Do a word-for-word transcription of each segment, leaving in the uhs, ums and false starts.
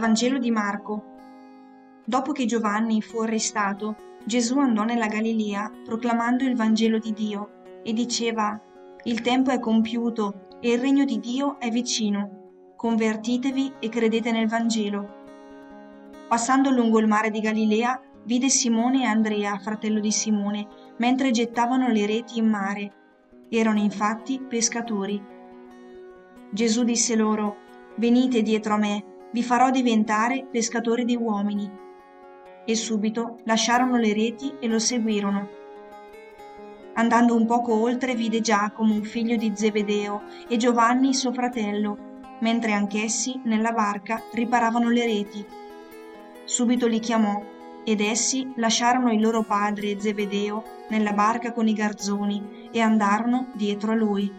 Vangelo di Marco. Dopo che Giovanni fu arrestato, Gesù andò nella Galilea proclamando il Vangelo di Dio e diceva: «Il tempo è compiuto e il regno di Dio è vicino. Convertitevi e credete nel Vangelo». Passando lungo il mare di Galilea, vide Simone e Andrea, fratello di Simone, mentre gettavano le reti in mare. Erano infatti pescatori. Gesù disse loro: «Venite dietro a me, vi farò diventare pescatori di uomini». E subito lasciarono le reti e lo seguirono. Andando un poco oltre vide Giacomo, figlio di Zebedeo, e Giovanni suo fratello, mentre anch'essi nella barca riparavano le reti. Subito li chiamò, ed essi lasciarono il loro padre Zebedeo nella barca con i garzoni e andarono dietro a lui.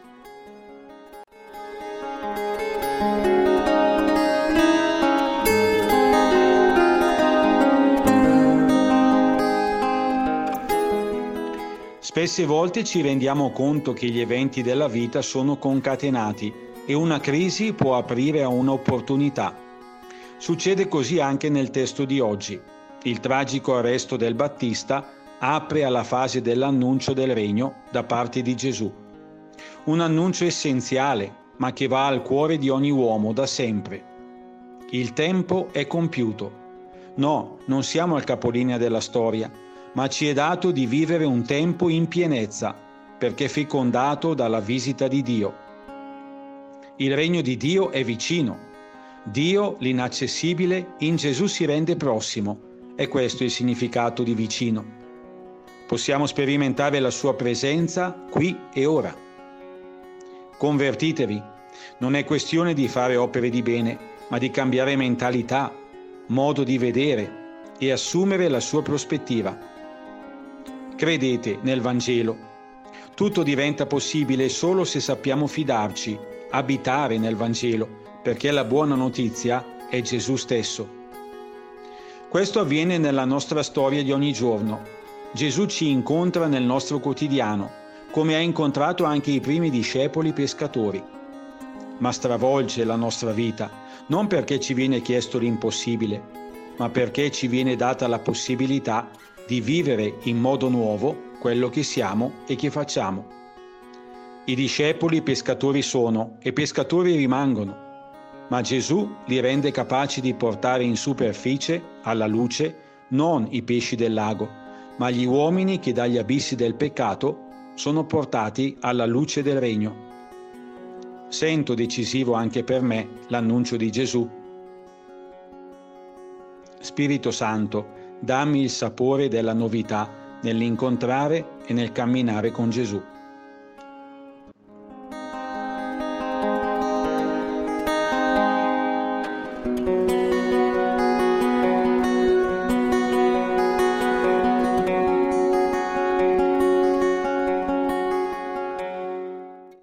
Spesse volte ci rendiamo conto che gli eventi della vita sono concatenati e una crisi può aprire a un'opportunità. Succede così anche nel testo di oggi. Il tragico arresto del Battista apre alla fase dell'annuncio del regno da parte di Gesù. Un annuncio essenziale, ma che va al cuore di ogni uomo da sempre. Il tempo è compiuto. No, non siamo al capolinea della storia, ma ci è dato di vivere un tempo in pienezza, perché fecondato dalla visita di Dio. Il regno di Dio è vicino. Dio, l'inaccessibile, in Gesù si rende prossimo. È questo il significato di vicino. Possiamo sperimentare la sua presenza qui e ora. Convertitevi. Non è questione di fare opere di bene, ma di cambiare mentalità, modo di vedere e assumere la sua prospettiva. Credete nel Vangelo. Tutto diventa possibile solo se sappiamo fidarci, abitare nel Vangelo, perché la buona notizia è Gesù stesso. Questo avviene nella nostra storia di ogni giorno. Gesù ci incontra nel nostro quotidiano, come ha incontrato anche i primi discepoli pescatori. Ma stravolge la nostra vita, non perché ci viene chiesto l'impossibile, ma perché ci viene data la possibilità di vivere in modo nuovo quello che siamo e che facciamo. I discepoli pescatori sono e pescatori rimangono, ma Gesù li rende capaci di portare in superficie, alla luce, non i pesci del lago, ma gli uomini che dagli abissi del peccato sono portati alla luce del regno. Sento decisivo anche per me l'annuncio di Gesù. Spirito Santo, dammi il sapore della novità nell'incontrare e nel camminare con Gesù.